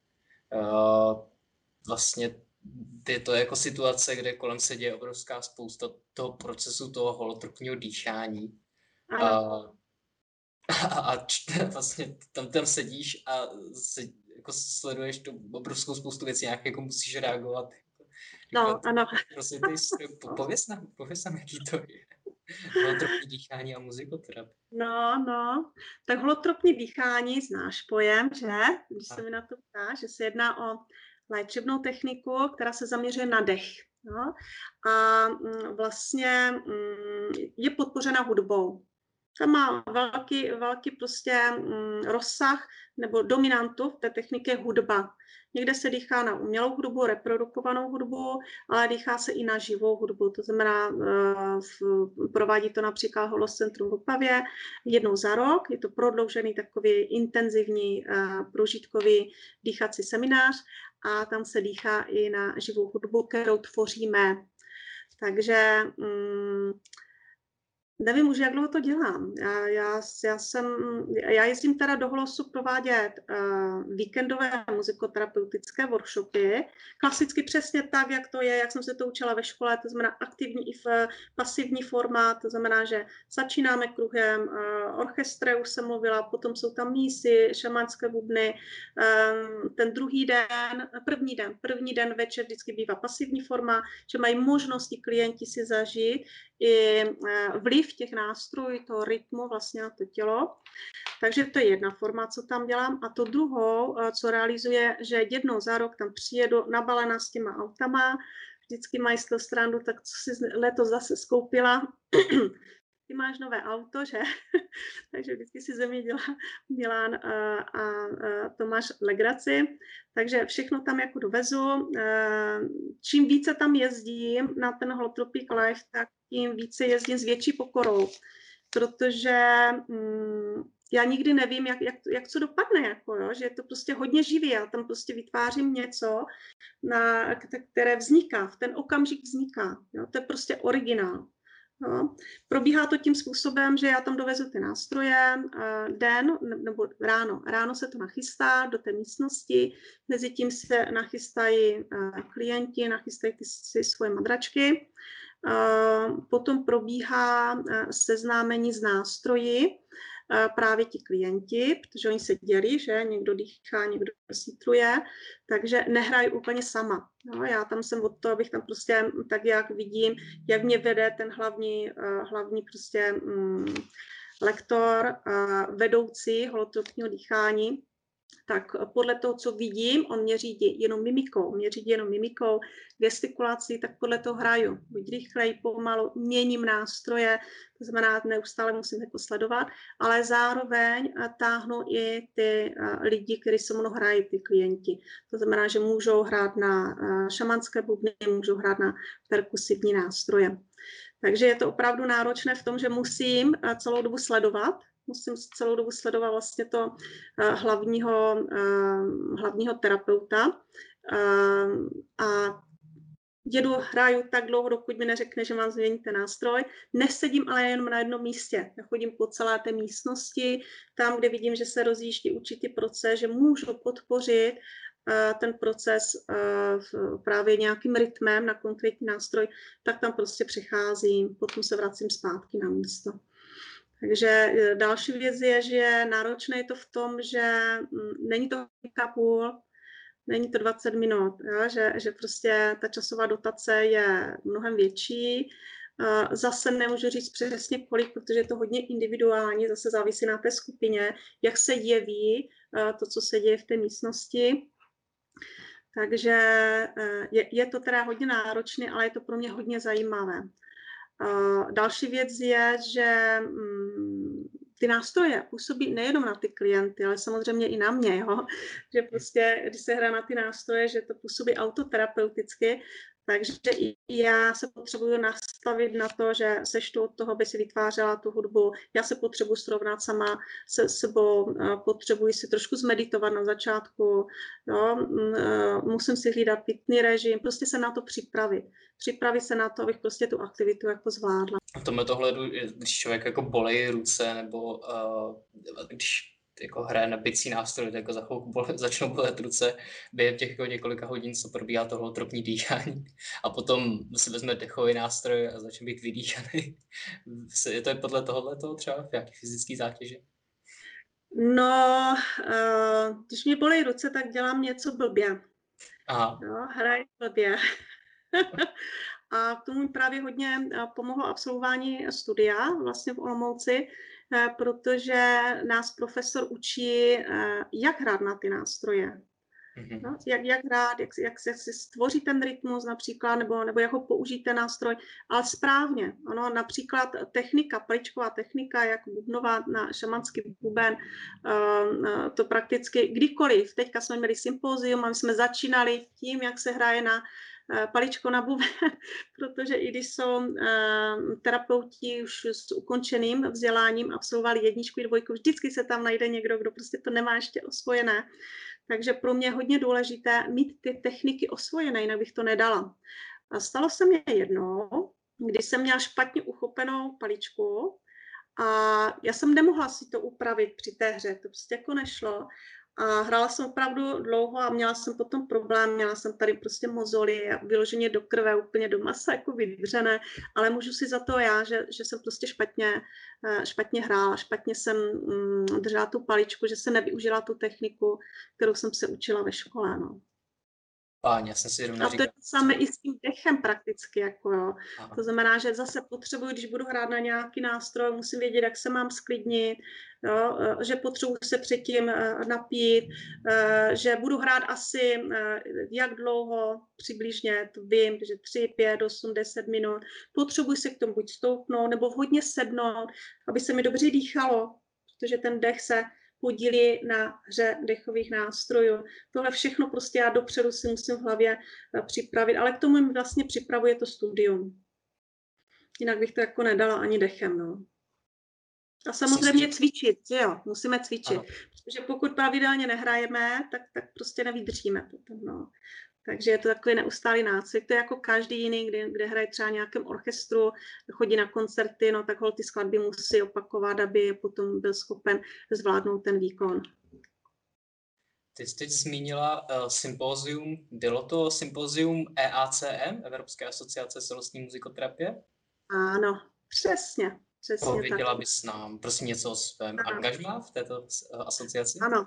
Vlastně je to jako situace, kde kolem se děje obrovská spousta toho procesu, toho holotropního dýchání. A vlastně tam sedíš a jako sleduješ tu obrovskou spoustu věcí, nějak jako musíš reagovat. No, ano. Prostě pověz nám, jaký to je. Holotropní dýchání a muzikoterapie. No. Tak holotropní dýchání, znáš pojem, že? Když se mi na to ptá, že se jedná o léčebnou techniku, která se zaměřuje na dech. No? A vlastně je podpořena hudbou. Ta má velký prostě rozsah nebo dominantu v té technice hudba. Někde se dýchá na umělou hudbu, reprodukovanou hudbu, ale dýchá se i na živou hudbu. To znamená, provádí to například Holocentrum v Opavě jednou za rok. Je to prodloužený takový intenzivní prožitkový dýchací seminář a tam se dýchá i na živou hudbu, kterou tvoříme. Takže nevím už, jak dlouho to dělám. Já jezdím teda do Holosu provádět víkendové muzikoterapeutické workshopy. Klasicky přesně tak, jak to je, jak jsem se to učila ve škole, to znamená aktivní i v pasivní forma, to znamená, že začínáme kruhem, orchestre už jsem mluvila, potom jsou tam mísy, šamanské bubny. Ten první den večer vždycky bývá pasivní forma, že mají možnosti klienti si zažít i vliv těch nástrojů, toho rytmu vlastně na to tělo. Takže to je jedna forma, co tam dělám. A to druhou, co realizuje, že jednou za rok tam přijedu nabalená s těma autama, vždycky mají z toho strandu, tak co si letos zase skoupila, ty máš nové auto, že? Takže vždycky si ze mě dělá Milan a Tomáš legraci. Takže všechno tam jako dovezu. Čím více tam jezdím na ten Holotropic Live, tak tím více jezdím s větší pokorou. Protože já nikdy nevím, jak co dopadne, jako, jo? Že je to prostě hodně živý. Já tam prostě vytvářím něco, které vzniká, v ten okamžik vzniká. Jo? To je prostě originál. No. Probíhá to tím způsobem, že já tam dovezu ty nástroje den nebo ráno. Ráno se to nachystá do té místnosti, mezi tím se nachystají klienti, nachystají si svoje madračky. Potom probíhá seznámení s nástroji právě ti klienti, protože oni se dělí, že někdo dýchá, někdo sítruje, takže nehrají úplně sama. No, já tam jsem od toho, abych tam prostě tak, jak vidím, jak mě vede ten hlavní prostě lektor, vedoucí holotropního dýchání, tak podle toho, co vidím, on mě řídí jenom mimikou, gestikulací, tak podle toho hraju. Buď rychleji, pomalu, měním nástroje, to znamená, neustále musím jako sledovat, ale zároveň táhnu i ty lidi, kteří se mnou hrají, ty klienti. To znamená, že můžou hrát na šamanské bubny, můžou hrát na perkusivní nástroje. Takže je to opravdu náročné v tom, že musím celou dobu sledovat vlastně to hlavního terapeuta a hraju tak dlouho, dokud mi neřekne, že mám změnit ten nástroj. Nesedím ale jenom na jednom místě. Já chodím po celé té místnosti, tam, kde vidím, že se rozjíždí určitý proces, že můžu podpořit ten proces právě nějakým rytmem na konkrétní nástroj, tak tam prostě přicházím, potom se vracím zpátky na místo. Takže další věc je, že náročné je to v tom, že není to hodinka půl, není to 20 minut, jo? Že prostě ta časová dotace je mnohem větší. Zase nemůžu říct přesně kolik, protože je to hodně individuální, zase závisí na té skupině, jak se jeví to, co se děje v té místnosti. Takže je to teda hodně náročné, ale je to pro mě hodně zajímavé. Další věc je, že ty nástroje působí nejenom na ty klienty, ale samozřejmě i na mě, jo? Že prostě, když se hraje na ty nástroje, že to působí autoterapeuticky, takže i já se potřebuju nastavit na to, že seštu od toho, aby si vytvářela tu hudbu. Já se potřebuji srovnat sama se sebou, potřebuji si trošku zmeditovat na začátku, jo? Musím si hlídat pitný režim, prostě se na to připravit. Připravit se na to, abych prostě tu aktivitu jako zvládla. V tomto hledu, když člověk jako bolí ruce, nebo když jako hraje na bicí nástroj, tak jako za chvilku začnou bolet ruce během těch jako několika hodin, co probíhá to holotropní dýchání. A potom si vezme dechový nástroj a začne být vydýchaný. Je to podle tohoto třeba v jaký fyzický zátěže? No, když mě bolí ruce, tak dělám něco blbě. Aha. Jo, hraji blbě. A k tomu právě hodně pomohlo absolvování studia vlastně v Olomouci, protože nás profesor učí, jak hrát na ty nástroje. No, jak hrát, jak se stvoří ten rytmus například, nebo jak ho použít ten nástroj, ale správně. Ano, například technika, paličková technika, jak bubnovat na šamanský buben, to prakticky kdykoliv. Teďka jsme měli sympózium a my jsme začínali tím, jak se hraje na paličko na buben, protože i když jsou terapeuti už s ukončeným vzděláním, absolvovali 1, 2, vždycky se tam najde někdo, kdo prostě to nemá ještě osvojené. Takže pro mě je hodně důležité mít ty techniky osvojené, jinak bych to nedala. A stalo se mě jednou, kdy jsem měla špatně uchopenou paličku a já jsem nemohla si to upravit při té hře, to prostě jako nešlo. A hrála jsem opravdu dlouho a měla jsem potom problém, měla jsem tady prostě mozoly a vyloženě do krve, úplně do masa jako vydřené, ale můžu si za to já, že jsem prostě špatně hrála, špatně jsem držela tu paličku, že jsem nevyužila tu techniku, kterou jsem se učila ve škole, no. Páně, já jsem si A to je to samé i s tím dechem prakticky, jako jo. Aha. To znamená, že zase potřebuji, když budu hrát na nějaký nástroj, musím vědět, jak se mám sklidnit, jo, že potřebuji se předtím napít, že budu hrát asi jak dlouho přibližně, to vím, že 3, 5, 8, 10 minut. Potřebuji se k tomu buď stoupnout, nebo hodně sednout, aby se mi dobře dýchalo, protože ten dech se podílí na hře dechových nástrojů. Tohle všechno prostě já dopředu si musím v hlavě připravit, ale k tomu mi vlastně připravuje to studium. Jinak bych to jako nedala ani dechem, no. A samozřejmě cvičit, jo, musíme cvičit. Ano. Protože pokud pravidelně nehrajeme, tak prostě nevydržíme potom, no. Takže je to takový neustálý nácvik. To je jako každý jiný, kde hraje třeba nějakém orchestru, chodí na koncerty, no tak holt ty skladby musí opakovat, aby potom byl schopen zvládnout ten výkon. Ty jsi teď zmínila sympózium. Bylo to sympózium EACM, Evropské asociace celostní muzikoterapie? Ano, přesně. Pověděla bys nám prosím něco o svém angažmá v této asociaci? Ano.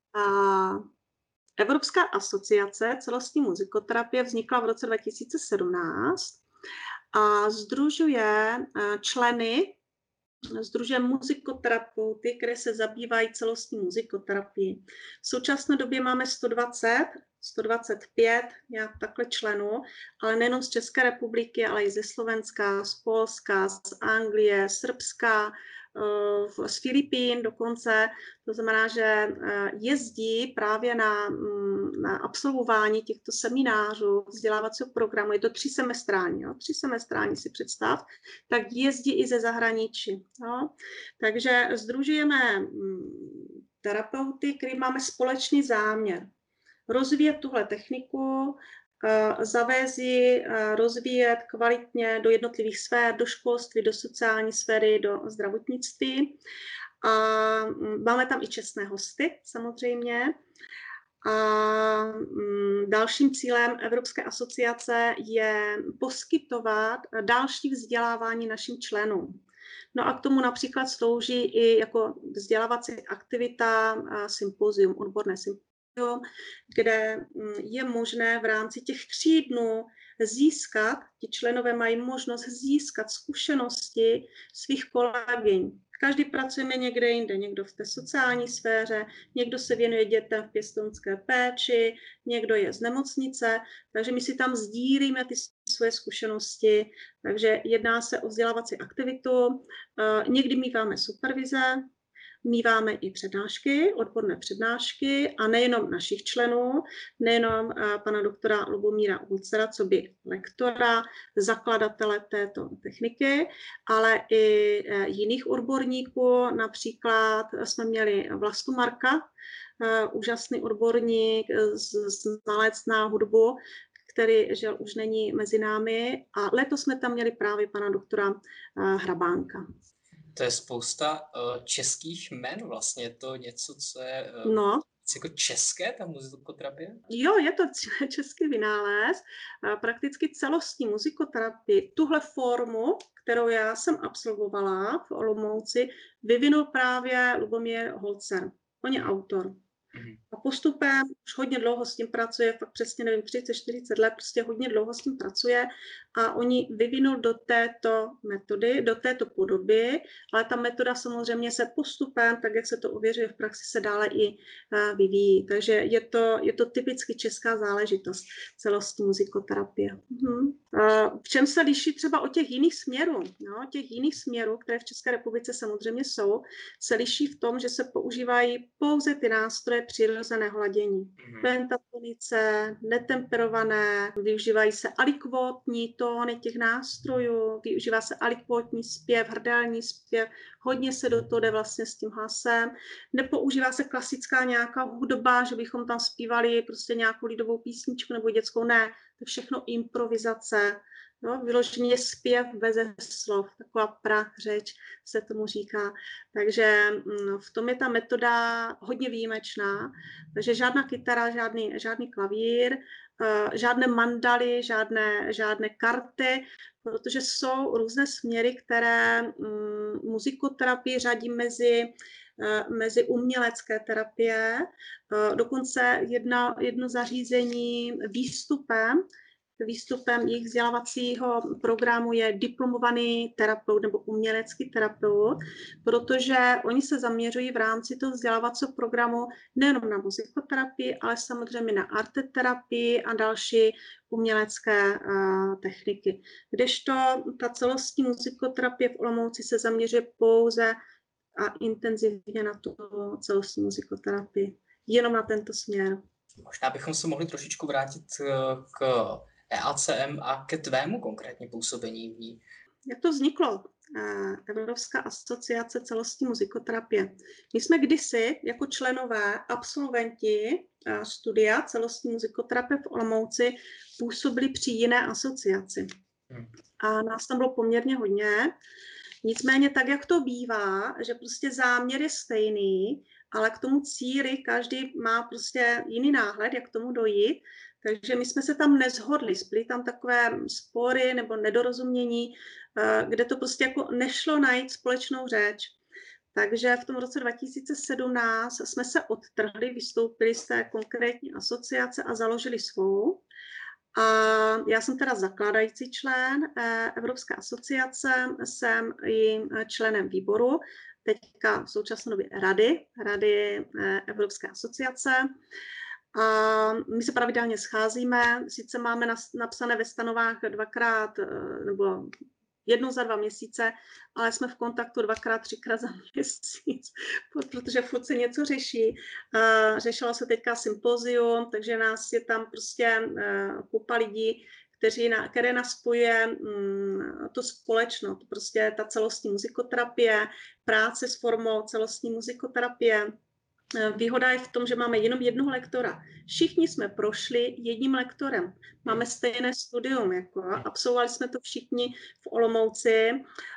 Evropská asociace celostní muzikoterapie vznikla v roce 2017 a sdružuje členy, sdružuje muzikoterapeuty, které se zabývají celostní muzikoterapii. V současné době máme 125 nějak takhle členů, ale nejenom z České republiky, ale i ze Slovenska, z Polska, z Anglie, Srbska, z Filipín dokonce. To znamená, že jezdí právě na absolvování těchto seminářů, vzdělávacího programu. Je to 3semestrální, jo? 3semestrální si představ, tak jezdí i ze zahraničí. Jo? Takže sdružujeme terapeuty, který máme společný záměr. Rozvíjet tuhle techniku, zavést ji, rozvíjet kvalitně do jednotlivých sfér, do školství, do sociální sféry, do zdravotnictví. A máme tam i čestné hosty samozřejmě. A dalším cílem Evropské asociace je poskytovat další vzdělávání našim členům. No a k tomu například slouží i jako vzdělávací aktivita sympozium, odborné sympozium, kde je možné v rámci těch 3 dnů získat, ti členové mají možnost získat zkušenosti svých kolegyň. Každý pracujeme někde jinde, někdo v té sociální sféře, někdo se věnuje dětem v pěstounské péči, někdo je z nemocnice, takže my si tam sdílíme ty svoje zkušenosti, takže jedná se o vzdělávací aktivitu, někdy míváme supervize, míváme i přednášky, odborné přednášky a nejenom našich členů, nejenom pana doktora Lubomíra Ulcera, co by lektora, zakladatele této techniky, ale i jiných odborníků. Například jsme měli Vlastu Marka, úžasný odborník, znalec na hudbu, který žel už není mezi námi. A letos jsme tam měli právě pana doktora Hrabánka. To je spousta českých jmen vlastně. Je to něco, co je jako české, ta muzikoterapie? Jo, je to český vynález. Prakticky celostní muzikoterapii, tuhle formu, kterou já jsem absolvovala v Olomouci, vyvinul právě Lubomír Holzer. On je autor. A postupem už hodně dlouho s tím pracuje, fakt přesně nevím, 30-40 let, prostě hodně dlouho s tím pracuje a oni vyvinul do této metody, do této podoby, ale ta metoda samozřejmě se postupem, tak jak se to ověřuje v praxi, se dále i vyvíjí. Takže je to typicky česká záležitost, celostní muzikoterapie. V čem se liší třeba od těch jiných směrů? No, těch jiných směrů, které v České republice samozřejmě jsou, se liší v tom, že se používají pouze ty nástroje přirozeného ladění. Pentatonice, netemperované, využívají se alikvótní tóny těch nástrojů, využívá se alikvótní zpěv, hrdální zpěv, hodně se do toho jde vlastně s tím hlasem. Nepoužívá se klasická nějaká hudba, že bychom tam zpívali prostě nějakou lidovou písničku nebo dětskou, ne, to je všechno improvizace. No, vyloženě zpěv beze slov, taková prařeč se tomu říká. Takže v tom je ta metoda hodně výjimečná. Takže žádná kytara, žádný klavír, žádné mandaly, žádné karty, protože jsou různé směry, které muzikoterapii řadí mezi umělecké terapie. Dokonce jedno zařízení výstupem jejich vzdělávacího programu je diplomovaný terapeut nebo umělecký terapeut, protože oni se zaměřují v rámci toho vzdělávacího programu nejenom na muzikoterapii, ale samozřejmě na arteterapii a další umělecké techniky. Kdežto ta celostní muzikoterapie v Olomouci se zaměřuje pouze a intenzivně na tu celostní muzikoterapii. Jenom na tento směr. Možná bychom se mohli trošičku vrátit k EACM a ke tvému konkrétně působení v ní. Jak to vzniklo? Evropská asociace celostní muzikoterapie. My jsme kdysi jako členové, absolventi studia celostní muzikoterapie v Olomouci působili při jiné asociaci. A nás tam bylo poměrně hodně. Nicméně tak, jak to bývá, že prostě záměr je stejný, ale k tomu cíli každý má prostě jiný náhled, jak k tomu dojít. Takže my jsme se tam neshodli, byly tam takové spory nebo nedorozumění, kde to prostě jako nešlo najít společnou řeč. Takže v tom roce 2017 jsme se odtrhli, vystoupili z té konkrétní asociace a založili svou. A já jsem teda zakládající člen Evropské asociace, jsem i členem výboru, teďka v současné době Rady Evropské asociace. A my se pravidelně scházíme, sice máme napsané ve stanovách dvakrát nebo jednou za 2 měsíce, ale jsme v kontaktu 2x, 3x za měsíc, protože furt se něco řeší. Řešilo se teďka sympozium, takže nás je tam prostě kupa lidí, které nás spojuje to společno, prostě ta celostní muzikoterapie, práce s formou celostní muzikoterapie. Výhoda je v tom, že máme jenom jednoho lektora. Všichni jsme prošli jedním lektorem. Máme stejné studium. Absolvovali jsme to všichni v Olomouci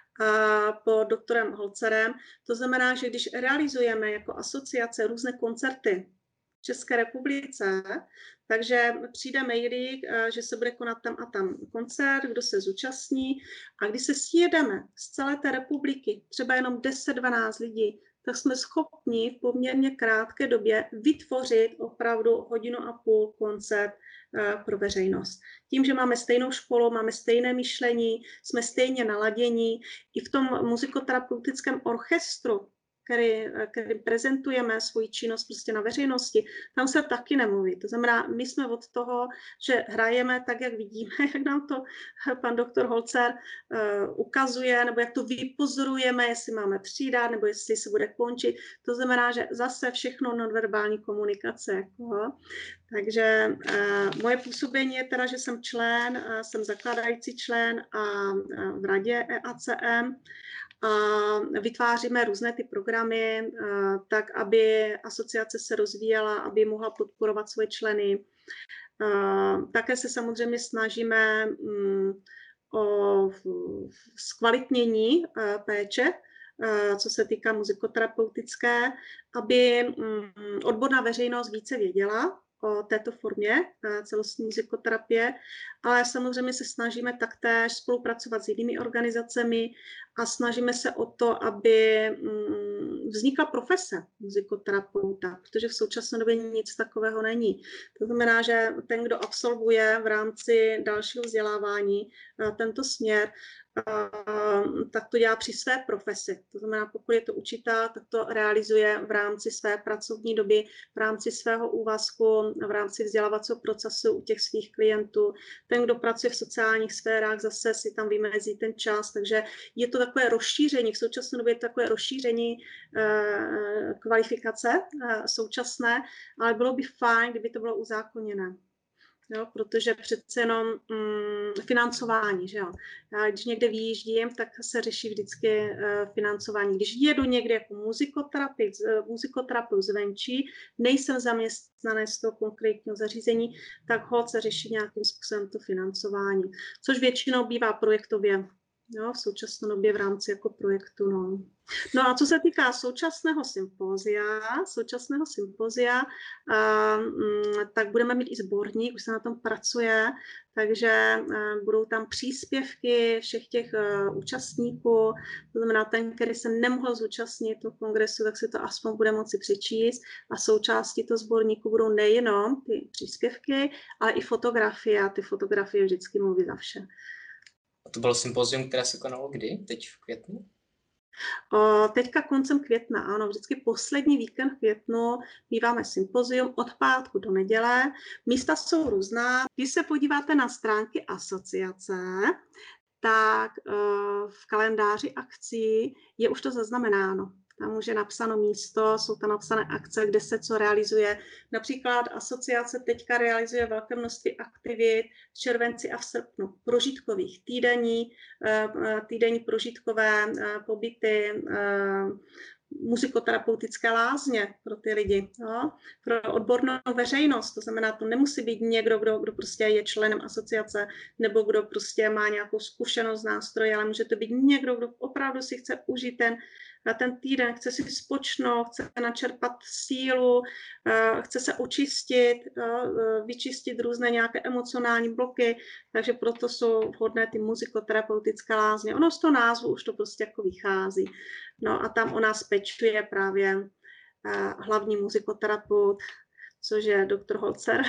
pod doktorem Holzerem. To znamená, že když realizujeme jako asociace různé koncerty v České republice, takže přijde mailík, že se bude konat tam a tam koncert, kdo se zúčastní, a když se sjedeme z celé té republiky, třeba jenom 10-12 lidí, tak jsme schopni v poměrně krátké době vytvořit opravdu 1,5 hodiny koncert pro veřejnost. Tím, že máme stejnou školu, máme stejné myšlení, jsme stejně naladění, i v tom muzikoterapeutickém orchestru, který prezentujeme svoji činnost prostě na veřejnosti, tam se taky nemluví. To znamená, my jsme od toho, že hrajeme tak, jak vidíme, jak nám to pan doktor Holzer ukazuje, nebo jak to vypozorujeme, jestli máme přidat, nebo jestli se bude končit. To znamená, že zase všechno nonverbální komunikace. Takže moje působení je teda, že jsem člen, jsem zakládající člen a v radě EACM, a vytváříme různé ty programy, tak, aby asociace se rozvíjela, aby mohla podporovat svoje členy. Také se samozřejmě snažíme o zkvalitnění péče, co se týká muzikoterapeutické, aby odborná veřejnost více věděla o této formě celostní muzikoterapie, ale samozřejmě se snažíme taktéž spolupracovat s jinými organizacemi a snažíme se o to, aby vznikla profese muzikoterapeuta, protože v současné době nic takového není. To znamená, že ten, kdo absolvuje v rámci dalšího vzdělávání tento směr, tak to dělá při své profesi. To znamená, pokud je to učitel, tak to realizuje v rámci své pracovní doby, v rámci svého úvazku, v rámci vzdělávacího procesu u těch svých klientů. Ten, kdo pracuje v sociálních sférách, zase si tam vymezí ten čas, takže je to takové rozšíření, v současné době je to takové rozšíření kvalifikace současné, ale bylo by fajn, kdyby to bylo uzákoněné. Jo, protože přece jenom financování, že jo. Já, když někde vyjíždím, tak se řeší vždycky financování. Když jedu někde jako muzikoterapeut zvenčí, nejsem zaměstnaný z toho konkrétního zařízení, tak holt se řeší nějakým způsobem to financování, což většinou bývá projektově. Jo, v současné době v rámci jako projektu. No a co se týká současného sympozia, tak budeme mít i sborník, už se na tom pracuje, takže budou tam příspěvky všech těch účastníků, to znamená ten, který se nemohl zúčastnit toho kongresu, tak si to aspoň bude moci přečíst, a součástí toho sborníku budou nejenom ty příspěvky, ale i fotografie, a ty fotografie vždycky mluví za vše. A to bylo sympozium, které se konalo kdy? Teď v květnu? Teďka koncem května, ano, vždycky poslední víkend v květnu míváme sympozium od pátku do neděle. Místa jsou různá. Když se podíváte na stránky asociace, tak v kalendáři akcí je už to zaznamenáno. Tam už je napsáno místo, jsou tam napsané akce, kde se co realizuje. Například asociace teďka realizuje velké množství aktivit v červenci a v srpnu. Prožitkových, týdenní prožitkové pobyty, muzikoterapeutické lázně pro ty lidi, jo? Pro odbornou veřejnost, to znamená, to nemusí být někdo, kdo prostě je členem asociace, nebo kdo prostě má nějakou zkušenost z nástroje, ale může to být někdo, kdo opravdu si chce užít ten týden, chce si spočnout, chce načerpat sílu, chce se očistit, vyčistit různé nějaké emocionální bloky, takže proto jsou vhodné ty muzikoterapeutické lázně. Ono z toho názvu už to prostě jako vychází. No a tam o nás pečuje právě hlavní muzikoterapeut, což je doktor Holzer.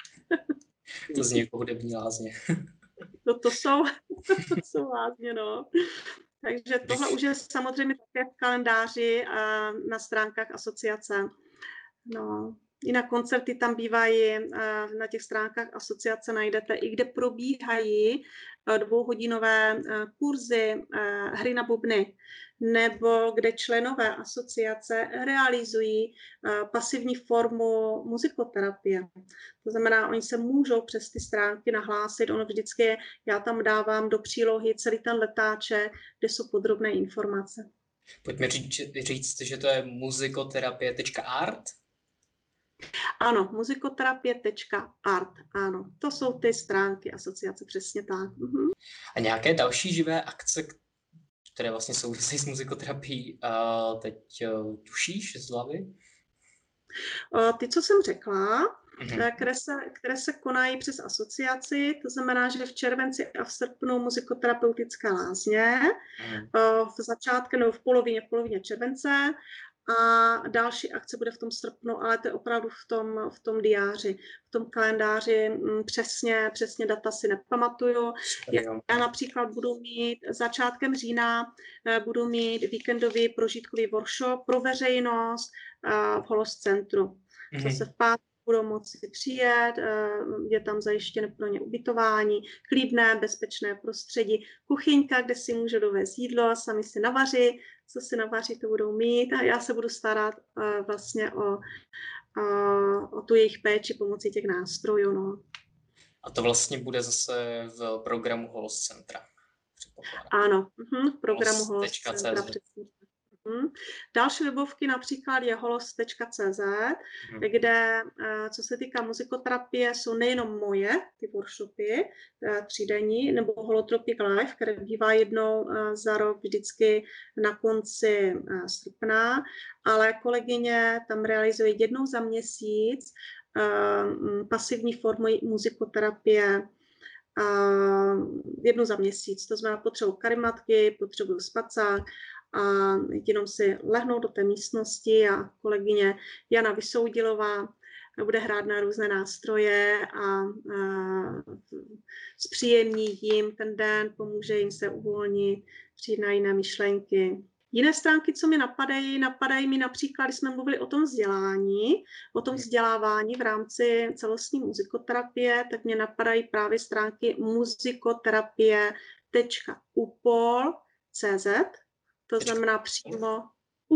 To zní jako hudební lázně. To jsou lázně, no. Takže tohle už je samozřejmě také v kalendáři a na stránkách asociace. No. I na koncerty tam bývají, na těch stránkách asociace najdete, i kde probíhají 2hodinové kurzy hry na bubny, nebo kde členové asociace realizují pasivní formu muzikoterapie. To znamená, oni se můžou přes ty stránky nahlásit, ono vždycky, já tam dávám do přílohy celý ten letáček, kde jsou podrobné informace. Pojďme říct, že to je muzikoterapie.art. Ano, muzikoterapie.art, ano. To jsou ty stránky asociace, přesně tak. A nějaké další živé akce, které vlastně souvisejí s muzikoterapií, teď tušíš z hlavy? Ty, co jsem řekla, které se konají přes asociaci, to znamená, že v červenci a v srpnu muzikoterapeutické lázně, v začátku nebo v polovině července, a další akce bude v tom srpnu, ale to je opravdu v tom diáři, v tom kalendáři, přesně data si nepamatuju. Já například budu mít začátkem října budu mít víkendový prožitkový workshop pro veřejnost v Holos centru. Zase v pátek budou moci přijet, je tam zajištěno pro ně ubytování, klidné, bezpečné prostředí, kuchyňka, kde si můžou dovést jídlo, sami si navaří, co si navaří, to budou mít a já se budu starat vlastně o tu jejich péči pomocí těch nástrojů. No. A to vlastně bude zase v programu Holos centra. Ano, v programu Holos centra přesně. Další webovky například je holos.cz, kde, co se týká muzikoterapie, jsou nejenom moje, ty workshopy třídenní, nebo Holotropic Live, které bývá jednou za rok vždycky na konci srpna, ale kolegyně tam realizuje jednou za měsíc pasivní formu muzikoterapie, jednou za měsíc. To znamená, potřebuji karimatky, potřebuji spacák, a jenom si lehnou do té místnosti a kolegyně Jana Vysoudilová bude hrát na různé nástroje a zpříjemní jim ten den, pomůže jim se uvolnit, přijít na jiné myšlenky. Jiné stránky, co mi napadají mi například, když jsme mluvili o tom vzdělání, o tom vzdělávání v rámci celostní muzikoterapie, tak mě napadají právě stránky muzikoterapie.upol.cz. To znamená přímo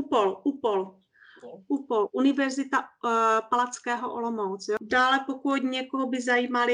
UPOL, Univerzita Palackého Olomouc. Jo. Dále, pokud někoho by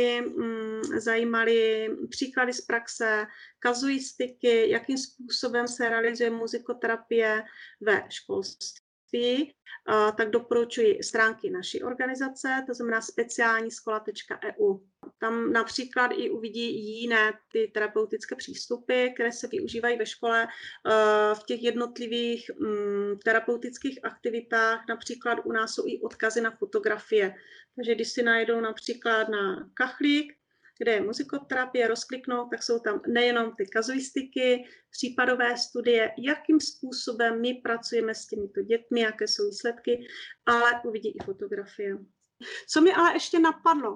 zajímaly příklady z praxe, kazuistiky, jakým způsobem se realizuje muzikoterapie ve školství, tak doporučuji stránky naší organizace, to znamená speciálniskola.eu. Tam například i uvidí jiné ty terapeutické přístupy, které se využívají ve škole v těch jednotlivých terapeutických aktivitách. Například u nás jsou i odkazy na fotografie. Takže když si najdou například na kachlík, kde je muzikoterapie, rozkliknou, tak jsou tam nejenom ty kazuistiky, případové studie, jakým způsobem my pracujeme s těmito dětmi, jaké jsou výsledky, ale uvidí i fotografie. Co mi ale ještě napadlo,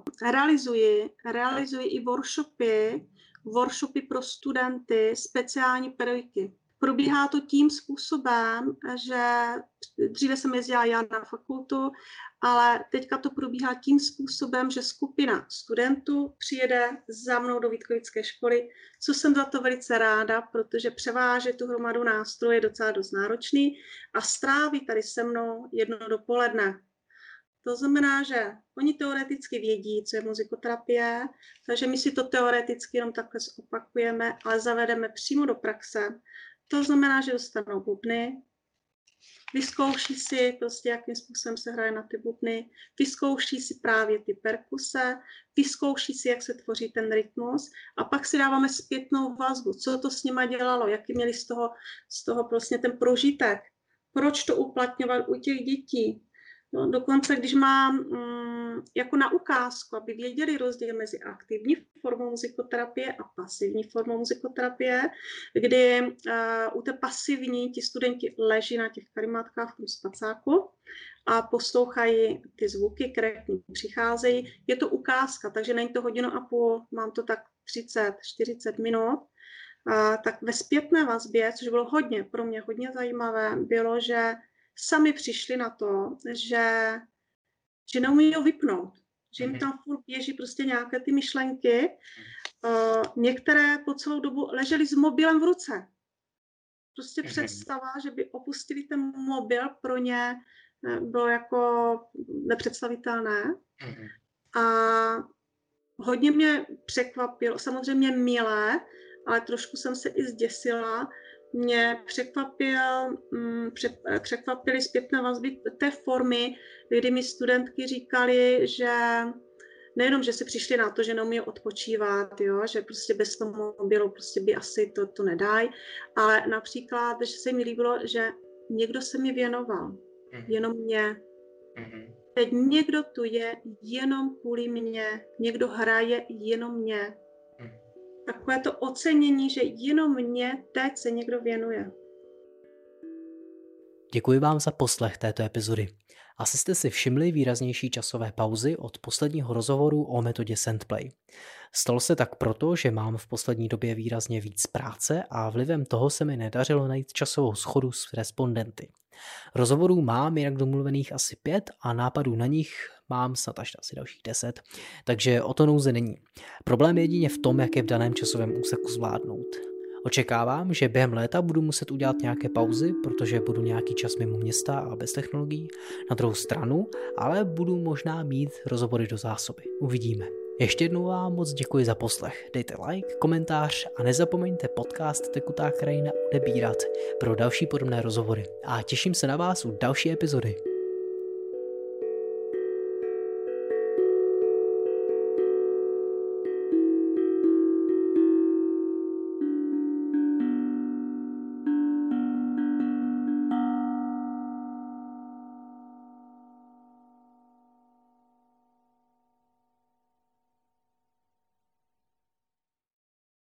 realizuji i workshopy pro studenty, speciální pedagogiky. Probíhá to tím způsobem, že dříve jsem jezdila já na fakultu, ale teďka to probíhá tím způsobem, že skupina studentů přijede za mnou do Vítkovické školy, co jsem za to velice ráda, protože převážet tu hromadu nástrojů je docela dost náročný a stráví tady se mnou jedno dopoledne. To znamená, že oni teoreticky vědí, co je muzikoterapie, takže my si to teoreticky jenom takhle opakujeme, ale zavedeme přímo do praxe. To znamená, že dostanou bubny, vyzkouší si prostě, jakým způsobem se hraje na ty bubny, vyzkouší si právě ty perkuse, vyzkouší si, jak se tvoří ten rytmus a pak si dáváme zpětnou vazbu, co to s nima dělalo, jaký měli z toho prostě ten prožitek, proč to uplatňovat u těch dětí. No, dokonce, když mám jako na ukázku, aby věděli rozdíl mezi aktivní formou muzikoterapie a pasivní formou muzikoterapie, kdy u té pasivní ti studenti leží na těch karimátkách v tom spacáku a poslouchají ty zvuky, které k nim přicházejí. Je to ukázka, takže není to 1,5 hodiny, mám to tak 30-40 minut. Tak ve zpětné vazbě, což bylo pro mě hodně zajímavé, bylo, že sami přišli na to, že neumí ho vypnout, že jim tam furt běží prostě nějaké ty myšlenky. Některé po celou dobu leželi s mobilem v ruce. Prostě představa, že by opustili ten mobil, pro ně bylo jako nepředstavitelné. A hodně mě překvapilo, samozřejmě milé, ale trošku jsem se i zděsila, mě překvapily zpětné vazby té formy, kdy mi studentky říkali, že nejenom, že si přišli na to, že neumí odpočívat, jo, že prostě bez toho mobilu prostě by asi to nedají, ale například, že se mi líbilo, že někdo se mi věnoval, jenom mě. Teď někdo tu je jenom kvůli mně, někdo hraje jenom mě. Takové to ocenění, že jenom mě teď se někdo věnuje. Děkuji vám za poslech této epizody. Asi jste si všimli výraznější časové pauzy od posledního rozhovoru o metodě Sendplay. Stalo se tak proto, že mám v poslední době výrazně víc práce a vlivem toho se mi nedařilo najít časovou shodu s respondenty. Rozhovorů mám jinak domluvených asi 5 a nápadů na nich mám snad až asi dalších 10, takže o to nouze není. Problém je jedině v tom, jak je v daném časovém úseku zvládnout. Očekávám, že během léta budu muset udělat nějaké pauzy, protože budu nějaký čas mimo města a bez technologií. Na druhou stranu, ale budu možná mít rozhovory do zásoby. Uvidíme. Ještě jednou vám moc děkuji za poslech. Dejte like, komentář a nezapomeňte podcast Tekutá krajina odebírat pro další podobné rozhovory. A těším se na vás u další epizody.